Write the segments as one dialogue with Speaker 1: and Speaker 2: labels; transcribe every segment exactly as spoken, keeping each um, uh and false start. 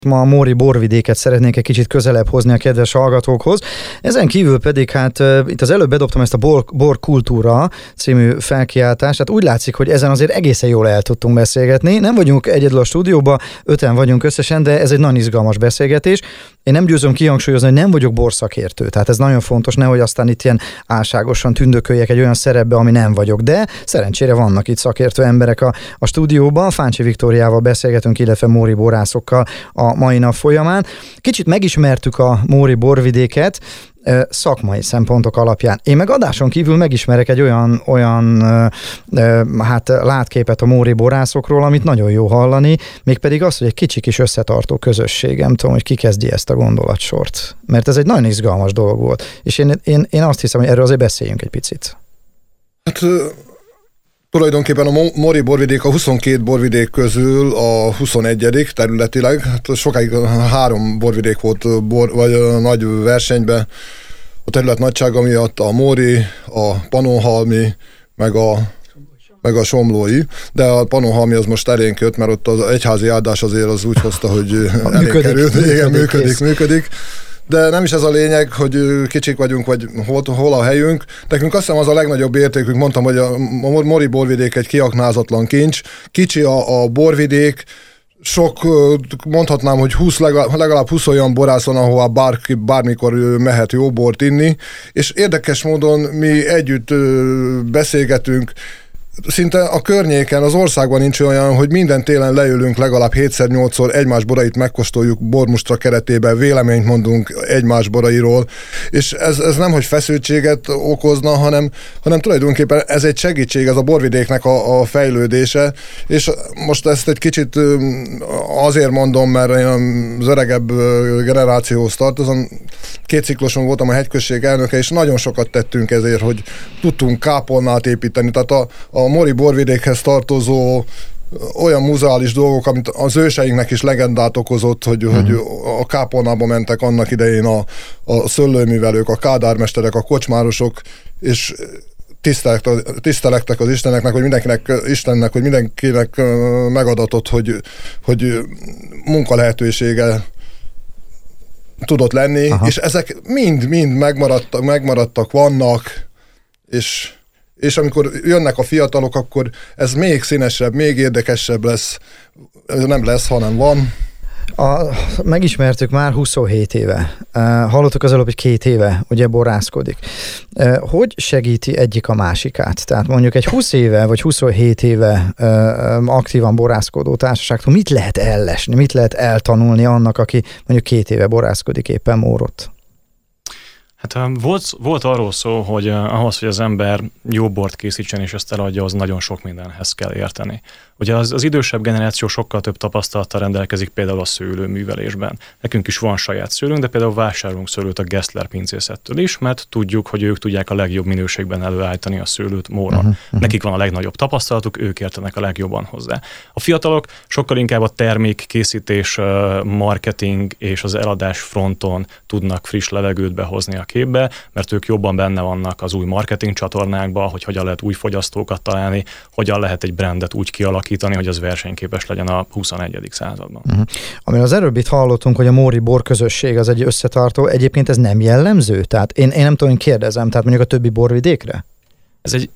Speaker 1: Ma a móri borvidéket szeretnék egy kicsit közelebb hozni a kedves hallgatókhoz. Ezen kívül pedig hát uh, itt az előbb bedobtam ezt a bor, bor kultúra című felkiáltást, hát úgy látszik, hogy ezen azért egészen jól el tudtunk beszélgetni. Nem vagyunk egyedül a stúdióban, öten vagyunk összesen, de ez egy nagyon izgalmas beszélgetés. Én nem győzöm kihangsúlyozni, hogy nem vagyok borszakértő, tehát ez nagyon fontos, nehogy aztán itt ilyen álságosan tündököljek egy olyan szerepbe, ami nem vagyok, de szerencsére vannak itt szakértő emberek a, a stúdióban. Fáncsi Viktóriával beszélgetünk, illetve móri borászokkal a mai nap folyamán. Kicsit megismertük a móri borvidéket szakmai szempontok alapján. Én meg adáson kívül megismerek egy olyan, olyan hát látképet a móri borászokról, amit nagyon jó hallani, mégpedig az, hogy egy kicsi kis összetartó közösség. Nem tudom, hogy ki kezdi ezt a gondolatsort. Mert ez egy nagyon izgalmas dolog volt. És én, én, én azt hiszem, hogy erről azért beszéljünk egy picit.
Speaker 2: Hát tulajdonképpen a móri borvidék a huszonkét borvidék közül a huszonegyedik területileg. Hát sokáig három borvidék volt bor, vagy a nagy versenyben. A terület nagysága miatt a móri, a pannonhalmi, meg a, meg a somlói. De a pannonhalmi az most elénk jött, mert ott az egyházi áldás azért az úgy hozta, hogy elénk került. Igen, működik, működik. De nem is ez a lényeg, hogy kicsik vagyunk, vagy hol, hol a helyünk. Nekünk azt hiszem az a legnagyobb értékünk, mondtam, hogy a móri borvidék egy kiaknázatlan kincs. Kicsi a, a borvidék, sok, mondhatnám, hogy húsz, legalább, legalább húsz olyan borász van, ahová bárki, bármikor mehet jó bort inni, és érdekes módon mi együtt beszélgetünk. Szinte a környéken, az országban nincs olyan, hogy minden télen leülünk legalább hétszer-nyolcszor egymás borait megkóstoljuk bormustra keretében, véleményt mondunk egymás borairól, és ez, ez nem, hogy feszültséget okozna, hanem, hanem tulajdonképpen ez egy segítség, ez a borvidéknek a, a fejlődése, és most ezt egy kicsit azért mondom, mert én az öregebb generációhoz tartozom, két cikluson voltam a hegyközség elnöke, és nagyon sokat tettünk ezért, hogy tudtunk kápolnát építeni, tehát a, a móri borvidékhez tartozó olyan muzeális dolgok, amit az őseinknek is legendát okozott, hogy, uh-huh. hogy a kápolnába mentek annak idején a, a szőlőművelők, a kádármesterek, a kocsmárosok, és tisztelektek az Isteneknek, hogy mindenkinek, Istennek, hogy mindenkinek megadatott, hogy, hogy munkalehetősége tudott lenni, aha. és ezek mind-mind megmaradtak, megmaradtak, vannak, és és amikor jönnek a fiatalok, akkor ez még színesebb, még érdekesebb lesz. Nem lesz, hanem van.
Speaker 1: A, megismertük már huszonhét éve. Uh, hallottuk az előbb, hogy két éve ugye borászkodik. Uh, hogy segíti egyik a másikát? Tehát mondjuk egy húsz éve vagy huszonhét éve uh, aktívan borászkodó társaságtól mit lehet ellesni, mit lehet eltanulni annak, aki mondjuk két éve borászkodik éppen mórot?
Speaker 3: Hát volt, volt arról szó, hogy ahhoz, hogy az ember jó bort készítsen és ezt eladja, az nagyon sok mindenhez kell érteni. Ugye az, az idősebb generáció sokkal több tapasztalattal rendelkezik például a szőlőművelésben. Nekünk is van saját szőlőnk, de például vásárolunk szőlőt a Gessler pincészettől is, mert tudjuk, hogy ők tudják a legjobb minőségben előállítani a szőlőt móron. Uh-huh, uh-huh. Nekik van a legnagyobb tapasztalatuk, ők értenek a legjobban hozzá. A fiatalok sokkal inkább a termékkészítés, marketing és az eladás fronton tudnak friss levegőt behozni a képbe, mert ők jobban benne vannak az új marketing csatornákban, hogy hogyan lehet új fogyasztókat találni, hogyan lehet egy brandet úgy kialakítani, hogy az versenyképes legyen a huszonegyedik században. Uh-huh.
Speaker 1: Amiről az előbb itt hallottunk, hogy a móri bor közösség az egy összetartó, egyébként ez nem jellemző? Tehát én, én nem tudom, én kérdezem, tehát mondjuk a többi borvidékre?
Speaker 3: Ez egy...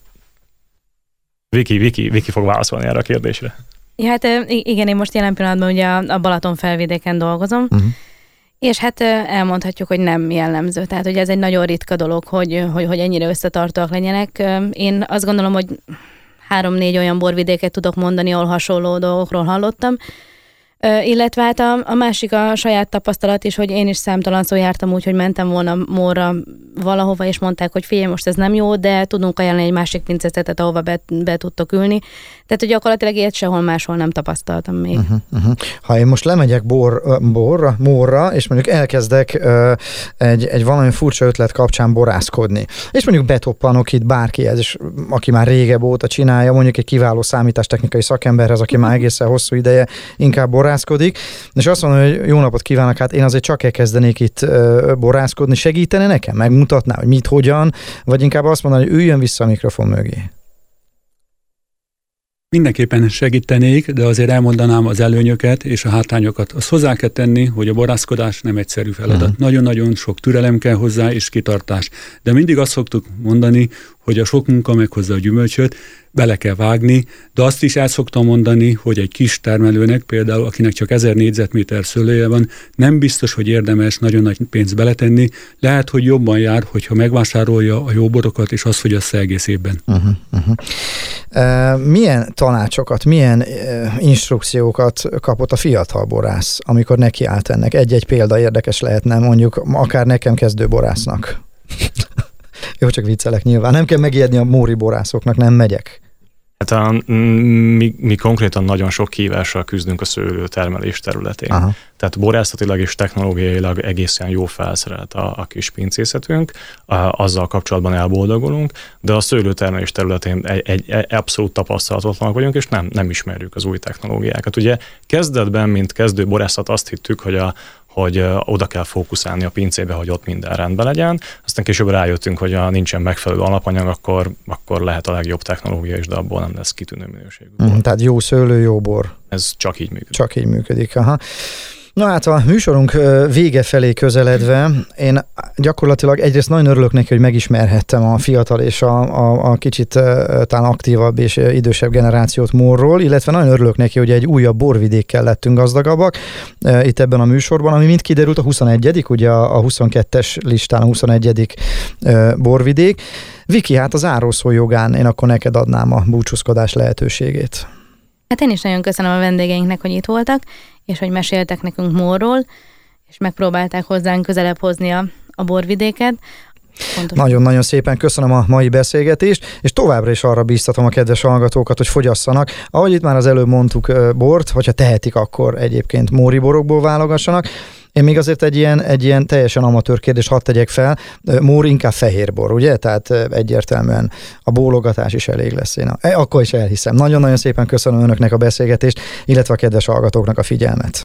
Speaker 3: Viki, Viki, Viki fog válaszolni erre a kérdésre.
Speaker 4: Ja, hát igen, én most jelen pillanatban ugye a Balaton felvidéken dolgozom, uh-huh. és hát elmondhatjuk, hogy nem jellemző. Tehát, hogy ez egy nagyon ritka dolog, hogy, hogy, hogy ennyire összetartóak legyenek. Én azt gondolom, hogy három-négy olyan borvidéket tudok mondani, ahol hasonló dolgokról hallottam. Illetve hát a, a másik a saját tapasztalat is, hogy én is számtalan szó jártam úgy, hogy mentem volna mórra valahova, és mondták, hogy figyelj, most ez nem jó, de tudunk ajánlani egy másik pincészetet, ahova be, be tudtok ülni. Tehát, hogy gyakorlatilag ilyet sehol máshol nem tapasztaltam még. Uh-huh, uh-huh. Ha én most lemegyek bor, borra, mórra, és mondjuk elkezdek uh, egy, egy valami furcsa ötlet kapcsán borászkodni, és mondjuk betoppanok itt bárkihez, és aki már régebb óta csinálja, mondjuk egy kiváló számítástechnikai szakemberhez, aki már egészen hosszú ideje inkább borászkodik, és azt mondom, hogy jó napot kívánok, hát én azért csak elkezdenék itt uh, borászkodni, segítene nekem? Megmutatná, hogy mit, hogyan, vagy inkább azt mondani, hogy üljön vissza a mikrofon mögé?
Speaker 5: Mindenképpen segítenék, de azért elmondanám az előnyöket és a hátrányokat. Azt hozzá kell tenni, hogy a borászkodás nem egyszerű feladat. Uh-huh. Nagyon-nagyon sok türelem kell hozzá és kitartás. De mindig azt szoktuk mondani, hogy a sok munka meghozza a gyümölcsöt, bele kell vágni, de azt is el szoktam mondani, hogy egy kis termelőnek, például akinek csak ezer négyzetméter szőlője van, nem biztos, hogy érdemes nagyon nagy pénzt beletenni, lehet, hogy jobban jár, hogyha megvásárolja a jó borokat, és azt fogyassza egész évben.
Speaker 1: Uh-huh, uh-huh. Uh, milyen tanácsokat, milyen uh, instrukciókat kapott a fiatal borász, amikor nekiállt ennek? Egy-egy példa érdekes lehetne, mondjuk akár nekem kezdő borásznak. Jó, csak viccelek nyilván. Nem kell megijedni a móri borászoknak, nem megyek.
Speaker 3: Hát a, mi, mi konkrétan nagyon sok kihívással küzdünk a szőlőtermelés területén. Aha. Tehát borászatilag és technológiailag egészen jó felszerelt a, a kis pincészetünk, a, azzal kapcsolatban elboldogulunk, de a szőlőtermelés területén egy, egy, egy abszolút tapasztalatotlanak vagyunk, és nem, nem ismerjük az új technológiákat. Ugye kezdetben, mint kezdő borászat azt hittük, hogy a hogy oda kell fókuszálni a pincébe, hogy ott minden rendben legyen. Aztán később rájöttünk, hogy ha nincsen megfelelő alapanyag, akkor, akkor lehet a legjobb technológia is, de abból nem lesz kitűnő minőségű.
Speaker 1: Mm, tehát jó szőlő, jó bor.
Speaker 3: Ez csak így működik.
Speaker 1: Csak így működik, aha. Na hát a műsorunk vége felé közeledve, én gyakorlatilag egyrészt nagyon örülök neki, hogy megismerhettem a fiatal és a, a, a kicsit talán aktívabb és idősebb generációt Mórról, illetve nagyon örülök neki, hogy egy újabb borvidékkel lettünk gazdagabbak itt ebben a műsorban, ami mind kiderült a huszonegyedik, ugye a huszonkettes listán a huszonegyedik borvidék. Viki, hát az zárószó jogán én akkor neked adnám a búcsúzkodás lehetőségét.
Speaker 4: Hát én is nagyon köszönöm a vendégeinknek, hogy itt voltak, és hogy meséltek nekünk Mórról, és megpróbálták hozzánk közelebb hozni a, a borvidéket.
Speaker 1: Nagyon-nagyon szépen köszönöm a mai beszélgetést, és továbbra is arra bíztatom a kedves hallgatókat, hogy fogyasszanak. Ahogy itt már az előbb mondtuk, bort, hogyha tehetik, akkor egyébként móri borokból válogassanak. Én még azért egy ilyen, egy ilyen teljesen amatőr kérdést hadd tegyek fel. Mór inkább fehérbor, ugye? Tehát egyértelműen a bólogatás is elég lesz. Én akkor is elhiszem. Nagyon-nagyon szépen köszönöm önöknek a beszélgetést, illetve a kedves hallgatóknak a figyelmet.